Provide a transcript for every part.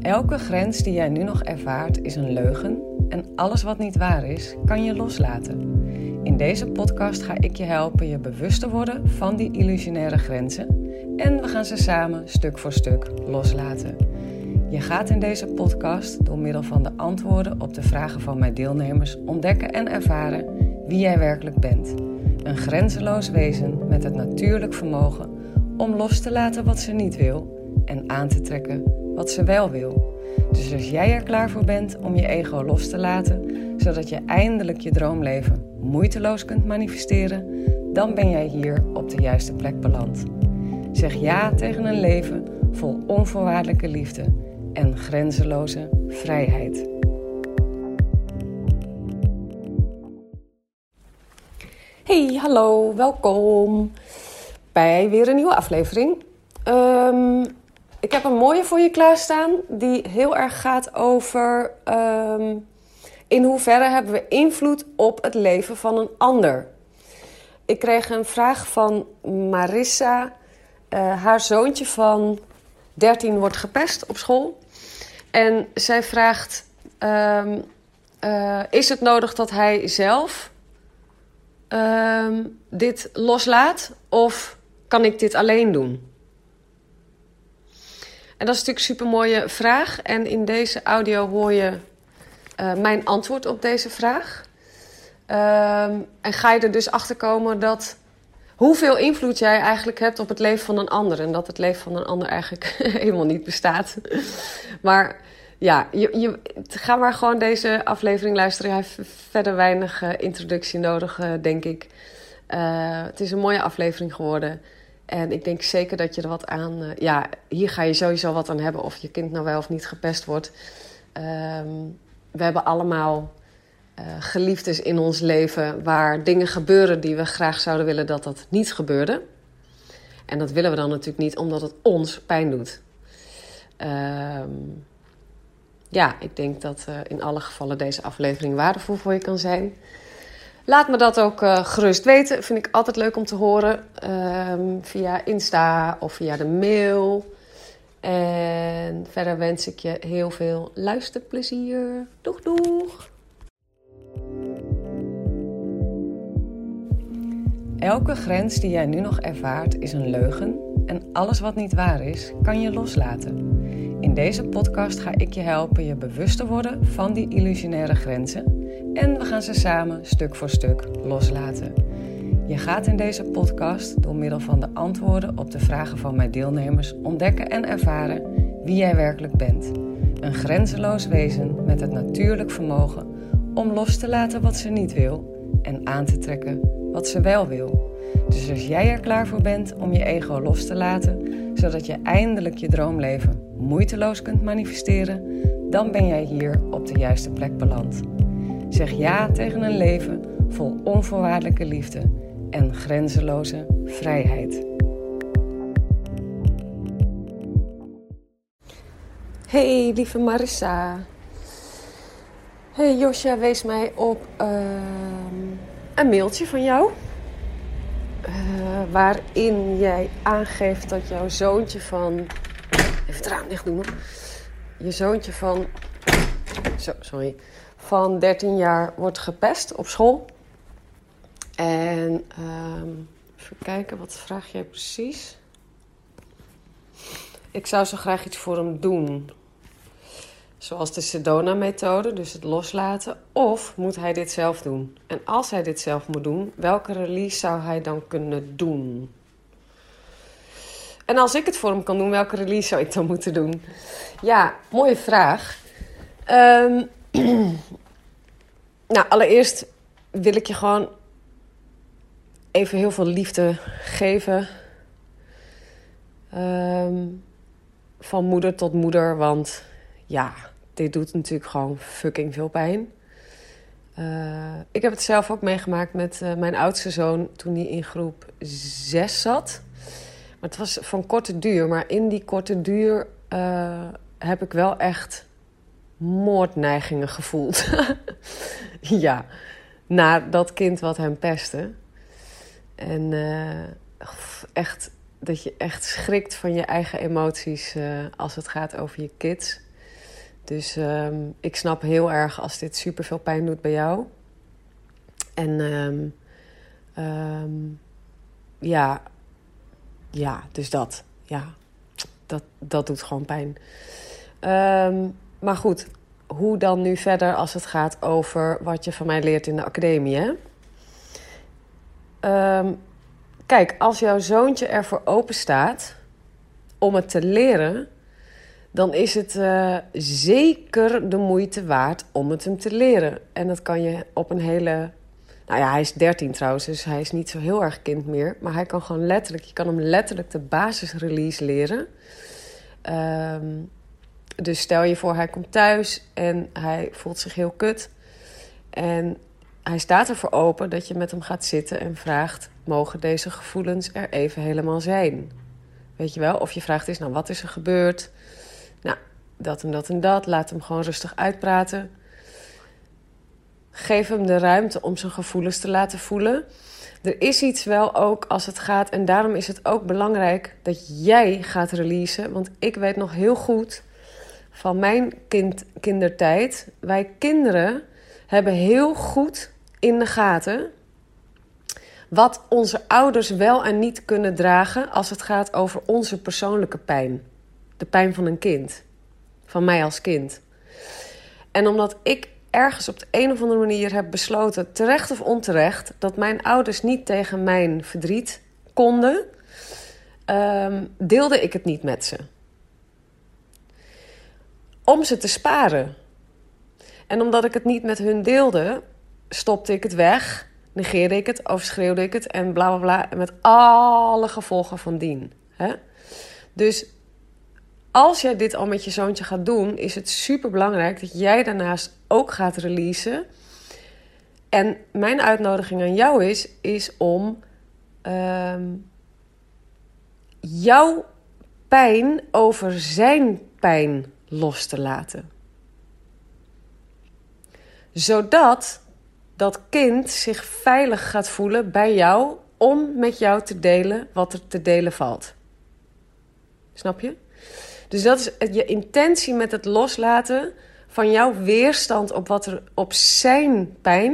Elke grens die jij nu nog ervaart is een leugen en alles wat niet waar is, kan je loslaten. In deze podcast ga ik je helpen je bewust te worden van die illusionaire grenzen en we gaan ze samen stuk voor stuk loslaten. Je gaat in deze podcast door middel van de antwoorden op de vragen van mijn deelnemers ontdekken en ervaren wie jij werkelijk bent. Een grenzeloos wezen met het natuurlijk vermogen om los te laten wat ze niet wil en aan te trekken wat ze wel wil. Dus als jij er klaar voor bent om je ego los te laten, zodat je eindelijk je droomleven moeiteloos kunt manifesteren, dan ben jij hier op de juiste plek beland. Zeg ja tegen een leven vol onvoorwaardelijke liefde en grenzeloze vrijheid. Hey, hallo, welkom bij weer een nieuwe aflevering. Ik heb een mooie voor je klaarstaan die heel erg gaat over in hoeverre hebben we invloed op het leven van een ander. Ik kreeg een vraag van Marissa. Haar zoontje van 13 wordt gepest op school. En zij vraagt, is het nodig dat hij zelf dit loslaat of kan ik dit alleen doen? En dat is natuurlijk een supermooie vraag. En in deze audio hoor je mijn antwoord op deze vraag. En ga je er dus achter komen dat hoeveel invloed jij eigenlijk hebt op het leven van een ander. En dat het leven van een ander eigenlijk helemaal niet bestaat. Maar ja, ga maar gewoon deze aflevering luisteren. Hij heeft verder weinig introductie nodig, denk ik. Het is een mooie aflevering geworden. En ik denk zeker dat je er wat aan... hier ga je sowieso wat aan hebben of je kind nou wel of niet gepest wordt. We hebben allemaal geliefdes in ons leven waar dingen gebeuren die we graag zouden willen dat dat niet gebeurde. En dat willen we dan natuurlijk niet omdat het ons pijn doet. Ik denk dat in alle gevallen deze aflevering waardevol voor je kan zijn. Laat me dat ook gerust weten. Vind ik altijd leuk om te horen. Via Insta of via de mail. En verder wens ik je heel veel luisterplezier. Doeg, doeg! Elke grens die jij nu nog ervaart is een leugen. En alles wat niet waar is, kan je loslaten. In deze podcast ga ik je helpen je bewust te worden van die illusionaire grenzen. En we gaan ze samen stuk voor stuk loslaten. Je gaat in deze podcast door middel van de antwoorden op de vragen van mijn deelnemers ontdekken en ervaren wie jij werkelijk bent. Een grenzeloos wezen met het natuurlijk vermogen om los te laten wat ze niet wil en aan te trekken wat ze wel wil. Dus als jij er klaar voor bent om je ego los te laten, zodat je eindelijk je droomleven moeiteloos kunt manifesteren, dan ben jij hier op de juiste plek beland. Zeg ja tegen een leven vol onvoorwaardelijke liefde en grenzeloze vrijheid. Hey, lieve Marissa. Hey, Josja wees mij op een mailtje van jou. Waarin jij aangeeft dat jouw zoontje van... Even het raam dicht doen hoor. Je zoontje van 13 jaar wordt gepest op school. En even kijken, wat vraag jij precies? Ik zou zo graag iets voor hem doen. Zoals de Sedona-methode, dus het loslaten. Of moet hij dit zelf doen? En als hij dit zelf moet doen, welke release zou hij dan kunnen doen? En als ik het voor hem kan doen, welke release zou ik dan moeten doen? Ja, mooie vraag. Allereerst wil ik je gewoon even heel veel liefde geven. Van moeder tot moeder, want ja, dit doet natuurlijk gewoon fucking veel pijn. Ik heb het zelf ook meegemaakt met mijn oudste zoon toen hij in groep 6 zat. Maar het was van korte duur. Maar in die korte duur heb ik wel echt moordneigingen gevoeld. Ja, naar dat kind wat hem pestte. En dat je echt schrikt van je eigen emoties als het gaat over je kids. Dus ik snap heel erg als dit super veel pijn doet bij jou. En dus dat. Ja, dat doet gewoon pijn. Maar goed, hoe dan nu verder als het gaat over wat je van mij leert in de academie, hè? Kijk, als jouw zoontje ervoor open staat om het te leren, dan is het zeker de moeite waard om het hem te leren. En dat kan je op een hele... Nou ja, hij is 13 trouwens, dus hij is niet zo heel erg kind meer. Maar hij kan gewoon letterlijk... Je kan hem letterlijk de basisrelease leren. Dus stel je voor, hij komt thuis en hij voelt zich heel kut. En hij staat ervoor open dat je met hem gaat zitten en vraagt... Mogen deze gevoelens er even helemaal zijn? Weet je wel? Of je vraagt eens, nou, wat is er gebeurd? Nou, dat en dat en dat. Laat hem gewoon rustig uitpraten. Geef hem de ruimte om zijn gevoelens te laten voelen. Er is iets wel ook als het gaat... en daarom is het ook belangrijk dat jij gaat releasen. Want ik weet nog heel goed van mijn kindertijd... wij kinderen hebben heel goed in de gaten... wat onze ouders wel en niet kunnen dragen... als het gaat over onze persoonlijke pijn. De pijn van een kind. Van mij als kind. En omdat ik ergens op de een of andere manier heb besloten... terecht of onterecht... dat mijn ouders niet tegen mijn verdriet konden... deelde ik het niet met ze. Om ze te sparen. En omdat ik het niet met hun deelde... stopte ik het weg... negeerde ik het, overschreeuwde ik het... en bla bla bla, met alle gevolgen van dien. Hè? Dus als jij dit al met je zoontje gaat doen... is het superbelangrijk dat jij daarnaast ook gaat releasen. En mijn uitnodiging aan jou is om jouw pijn over zijn pijn los te laten. Zodat dat kind zich veilig gaat voelen bij jou... om met jou te delen wat er te delen valt. Snap je? Dus dat is je intentie met het loslaten... van jouw weerstand op wat er op zijn pijn...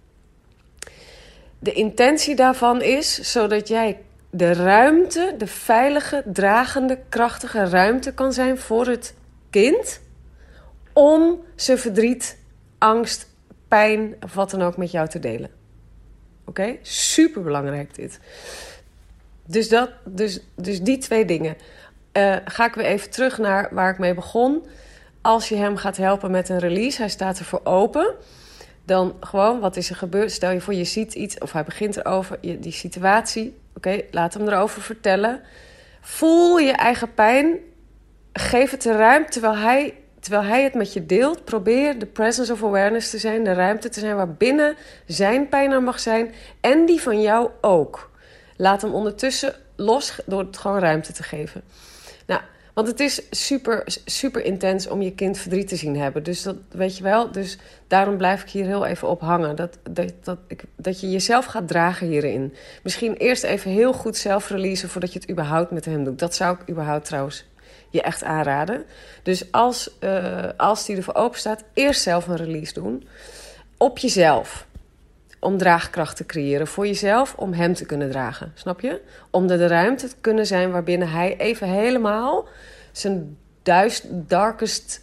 De intentie daarvan is zodat jij de ruimte... de veilige, dragende, krachtige ruimte kan zijn voor het kind... om zijn verdriet, angst... pijn of wat dan ook met jou te delen. Oké? Superbelangrijk dit. Dus die twee dingen. Ga ik weer even terug naar waar ik mee begon. Als je hem gaat helpen met een release, hij staat ervoor open. Dan gewoon, wat is er gebeurd? Stel je voor, je ziet iets of hij begint erover, die situatie. Oké, laat hem erover vertellen. Voel je eigen pijn. Geef het de ruimte terwijl hij het met je deelt. Probeer de presence of awareness te zijn. De ruimte te zijn waarbinnen zijn pijn er mag zijn. En die van jou ook. Laat hem ondertussen los door het gewoon ruimte te geven. Nou, want het is super, super intens om je kind verdriet te zien hebben. Dus dat weet je wel. Dus daarom blijf ik hier heel even op hangen. Dat je jezelf gaat dragen hierin. Misschien eerst even heel goed zelf releasen voordat je het überhaupt met hem doet. Dat zou ik überhaupt trouwens je echt aanraden. Dus als die ervoor open staat, eerst zelf een release doen. Op jezelf. Om draagkracht te creëren voor jezelf, om hem te kunnen dragen. Snap je? Om er de ruimte te kunnen zijn waarbinnen hij even helemaal zijn darkest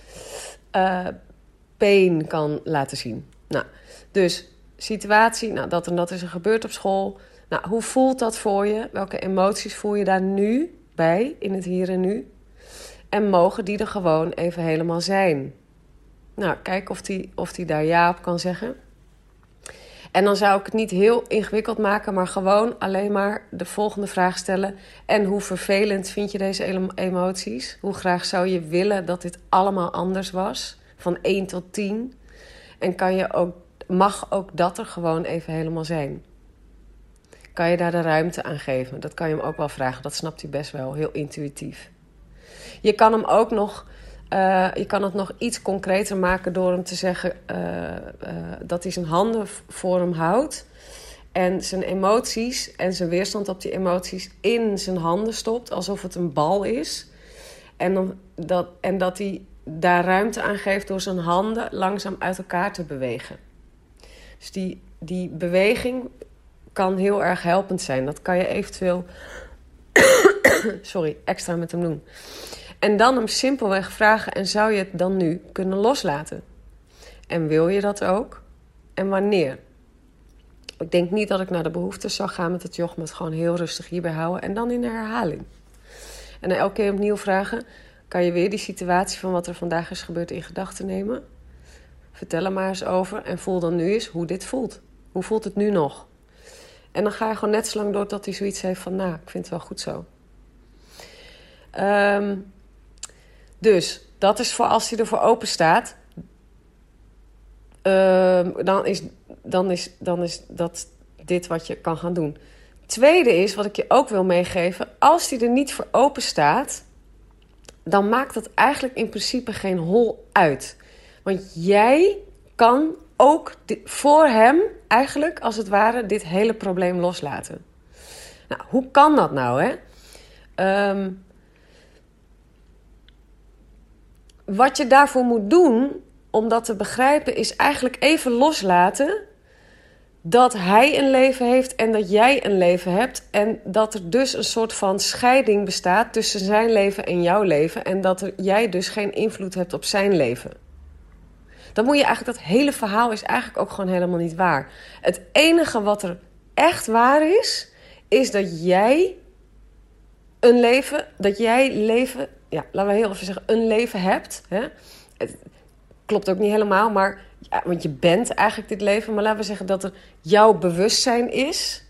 pain kan laten zien. Nou, dus situatie, nou, dat en dat is er gebeurd op school. Nou, hoe voelt dat voor je? Welke emoties voel je daar nu bij, in het hier en nu? En mogen die er gewoon even helemaal zijn? Nou, kijk of die daar ja op kan zeggen. En dan zou ik het niet heel ingewikkeld maken, maar gewoon alleen maar de volgende vraag stellen. En hoe vervelend vind je deze emoties? Hoe graag zou je willen dat dit allemaal anders was? Van 1 tot 10. En mag ook dat er gewoon even helemaal zijn? Kan je daar de ruimte aan geven? Dat kan je hem ook wel vragen. Dat snapt hij best wel, heel intuïtief. Je kan hem ook nog... je kan het nog iets concreter maken door hem te zeggen dat hij zijn handen voor hem houdt. En zijn emoties en zijn weerstand op die emoties in zijn handen stopt. Alsof het een bal is. En dat hij daar ruimte aan geeft door zijn handen langzaam uit elkaar te bewegen. Dus die beweging kan heel erg helpend zijn. Dat kan je eventueel extra met hem doen. En dan hem simpelweg vragen: en zou je het dan nu kunnen loslaten? En wil je dat ook? En wanneer? Ik denk niet dat ik naar de behoeftes zou gaan met het yoga, het gewoon heel rustig hierbij houden en dan in de herhaling. En dan elke keer opnieuw vragen: kan je weer die situatie van wat er vandaag is gebeurd in gedachten nemen? Vertel er maar eens over en voel dan nu eens hoe dit voelt. Hoe voelt het nu nog? En dan ga je gewoon net zo lang door tot hij zoiets heeft van: nou, ik vind het wel goed zo. Dus dat is voor als hij ervoor open staat. Dan is dat dit wat je kan gaan doen. Tweede is, wat ik je ook wil meegeven: als hij er niet voor open staat, dan maakt dat eigenlijk in principe geen hol uit. Want jij kan ook voor hem eigenlijk, als het ware, dit hele probleem loslaten. Nou, hoe kan dat nou, hè? Wat je daarvoor moet doen, om dat te begrijpen, is eigenlijk even loslaten dat hij een leven heeft en dat jij een leven hebt. En dat er dus een soort van scheiding bestaat tussen zijn leven en jouw leven. En dat jij dus geen invloed hebt op zijn leven. Dan moet je eigenlijk, dat hele verhaal is eigenlijk ook gewoon helemaal niet waar. Het enige wat er echt waar is dat jij een leven, laten we heel even zeggen, een leven hebt. Hè? Het klopt ook niet helemaal, maar ja, want je bent eigenlijk dit leven. Maar laten we zeggen dat er jouw bewustzijn is.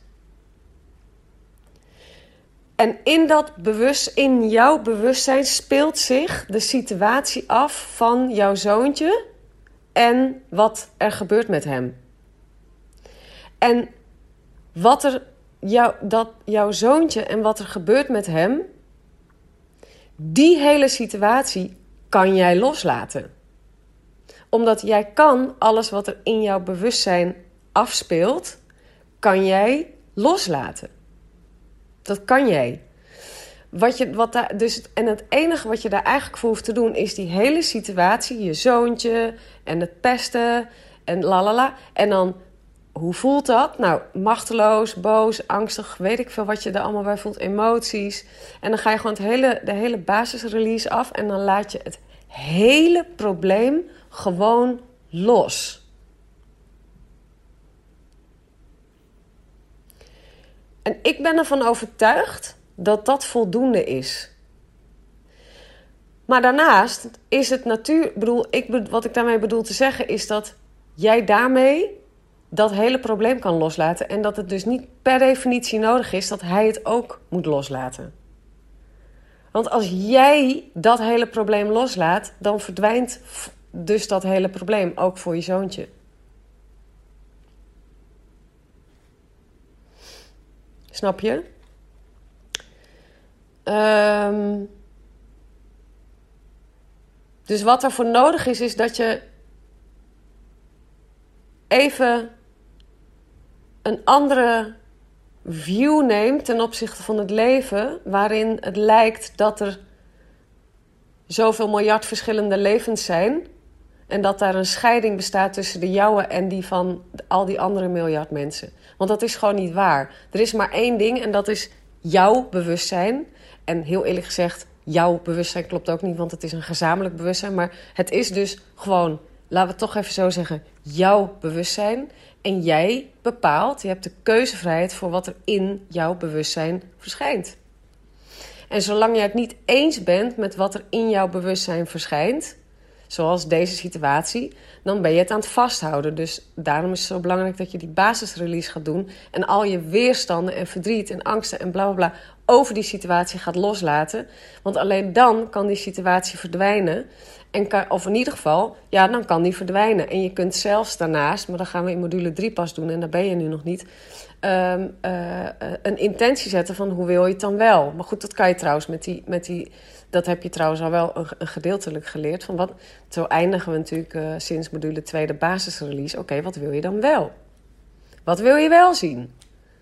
En in jouw bewustzijn speelt zich de situatie af van jouw zoontje en wat er gebeurt met hem. En jouw zoontje en wat er gebeurt met hem, die hele situatie kan jij loslaten. Omdat jij kan alles wat er in jouw bewustzijn afspeelt, kan jij loslaten. Dat kan jij. En het enige wat je daar eigenlijk voor hoeft te doen, is die hele situatie, je zoontje en het pesten en lalala. En dan, hoe voelt dat? Nou, machteloos, boos, angstig, weet ik veel wat je er allemaal bij voelt, emoties. En dan ga je gewoon de hele basisrelease af en dan laat je het hele probleem gewoon los. En ik ben ervan overtuigd dat dat voldoende is. Maar daarnaast is het wat ik daarmee bedoel te zeggen is dat jij daarmee dat hele probleem kan loslaten. En dat het dus niet per definitie nodig is dat hij het ook moet loslaten. Want als jij dat hele probleem loslaat, dan verdwijnt dus dat hele probleem ook voor je zoontje. Snap je? Dus wat er voor nodig is dat je even een andere view neemt ten opzichte van het leven, waarin het lijkt dat er zoveel miljard verschillende levens zijn en dat daar een scheiding bestaat tussen de jouwe en die van al die andere miljard mensen. Want dat is gewoon niet waar. Er is maar één ding en dat is jouw bewustzijn. En heel eerlijk gezegd, jouw bewustzijn klopt ook niet, want het is een gezamenlijk bewustzijn. Maar het is dus gewoon, laten we het toch even zo zeggen, jouw bewustzijn. En jij bepaalt, je hebt de keuzevrijheid voor wat er in jouw bewustzijn verschijnt. En zolang je het niet eens bent met wat er in jouw bewustzijn verschijnt, zoals deze situatie, dan ben je het aan het vasthouden. Dus daarom is het zo belangrijk dat je die basisrelease gaat doen en al je weerstanden en verdriet en angsten en bla bla bla over die situatie gaat loslaten. Want alleen dan kan die situatie verdwijnen. Of in ieder geval, ja, dan kan die verdwijnen. En je kunt zelfs daarnaast, maar dat gaan we in module 3 pas doen en daar ben je nu nog niet, een intentie zetten van hoe wil je het dan wel. Maar goed, dat kan je trouwens met die dat heb je trouwens al wel een gedeeltelijk geleerd. Zo eindigen we natuurlijk sinds module 2 de basisrelease. Oké, wat wil je dan wel? Wat wil je wel zien?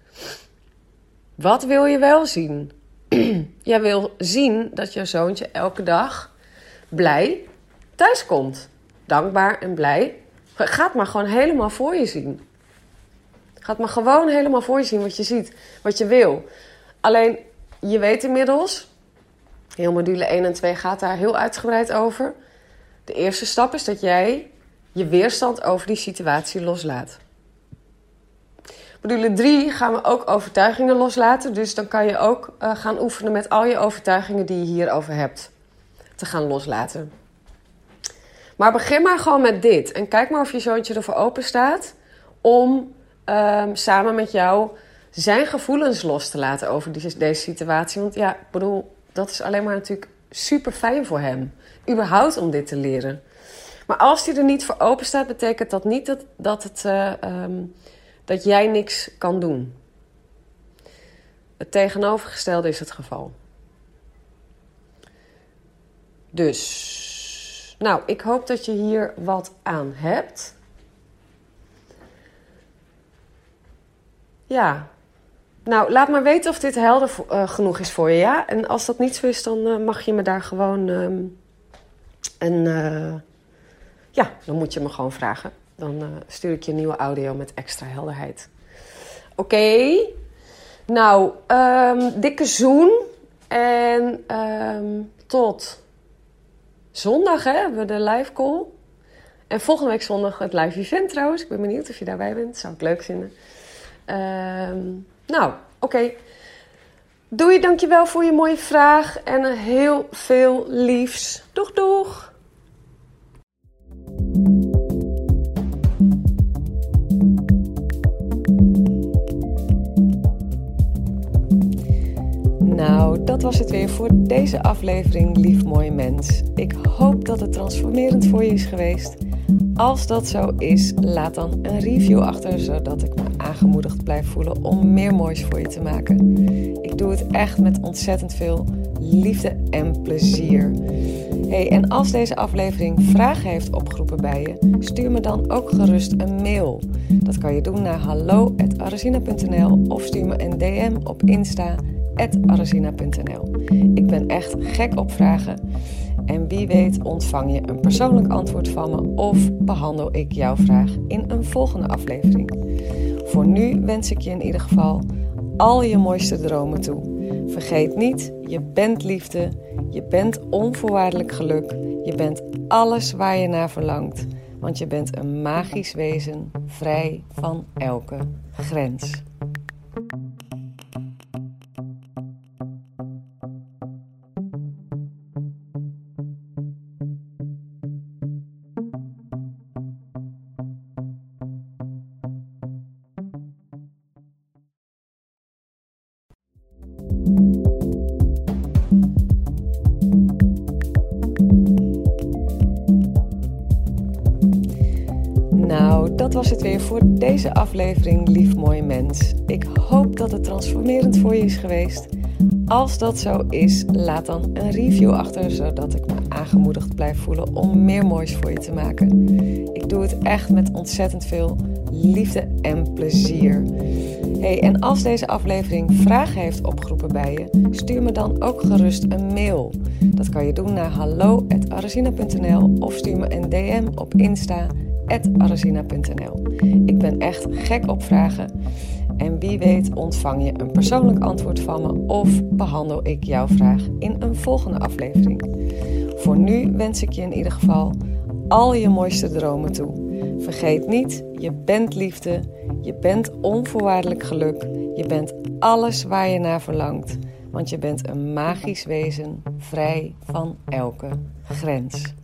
Wat wil je wel zien? Jij wil zien dat je zoontje elke dag blij thuis komt, dankbaar en blij, ga het maar gewoon helemaal voor je zien. Ga het maar gewoon helemaal voor je zien wat je ziet, wat je wil. Alleen, je weet inmiddels, heel module 1 en 2 gaat daar heel uitgebreid over. De eerste stap is dat jij je weerstand over die situatie loslaat. Module 3 gaan we ook overtuigingen loslaten. Dus dan kan je ook gaan oefenen met al je overtuigingen die je hierover hebt. Te gaan loslaten. Maar begin maar gewoon met dit. En kijk maar of je zoontje ervoor open staat om samen met jou zijn gevoelens los te laten over deze situatie. Want ja, ik bedoel, dat is alleen maar natuurlijk super fijn voor hem. Überhaupt om dit te leren. Maar als hij er niet voor open staat, betekent dat niet dat jij niks kan doen. Het tegenovergestelde is het geval. Dus, nou, ik hoop dat je hier wat aan hebt. Ja, nou, laat maar weten of dit helder genoeg is voor je, ja? En als dat niet zo is, dan mag je me daar gewoon dan moet je me gewoon vragen. Dan stuur ik je een nieuwe audio met extra helderheid. Oké. Nou, dikke zoen. En tot zondag hebben we de live call. En volgende week zondag het live event trouwens. Ik ben benieuwd of je daarbij bent. Zou ik leuk vinden. Oké. Doei, dankjewel voor je mooie vraag. En heel veel liefs. Doeg, doeg. Nou, dat was het weer voor deze aflevering, lief mooi mens. Ik hoop dat het transformerend voor je is geweest. Als dat zo is, laat dan een review achter, zodat ik me aangemoedigd blijf voelen om meer moois voor je te maken. Ik doe het echt met ontzettend veel liefde en plezier. Hey, en als deze aflevering vragen heeft opgeroepen bij je, stuur me dan ook gerust een mail. Dat kan je doen naar hallo@arrezina.nl of stuur me een DM op Insta @arrezina.nl. Ik ben echt gek op vragen. En wie weet ontvang je een persoonlijk antwoord van me of behandel ik jouw vraag in een volgende aflevering. Voor nu wens ik je in ieder geval al je mooiste dromen toe. Vergeet niet, je bent liefde, je bent onvoorwaardelijk geluk, je bent alles waar je naar verlangt. Want je bent een magisch wezen, vrij van elke grens. Nou, dat was het weer voor deze aflevering, lief mooi mens. Ik hoop dat het transformerend voor je is geweest. Als dat zo is, laat dan een review achter, zodat ik me aangemoedigd blijf voelen om meer moois voor je te maken. Ik doe het echt met ontzettend veel liefde en plezier. Hey, en als deze aflevering vragen heeft opgeroepen bij je, stuur me dan ook gerust een mail. Dat kan je doen naar hallo@arrezina.nl of stuur me een DM op Insta @arrezina.nl. Ik ben echt gek op vragen. En wie weet ontvang je een persoonlijk antwoord van me of behandel ik jouw vraag in een volgende aflevering. Voor nu wens ik je in ieder geval al je mooiste dromen toe. Vergeet niet, je bent liefde, je bent onvoorwaardelijk geluk, je bent alles waar je naar verlangt. Want je bent een magisch wezen, vrij van elke grens.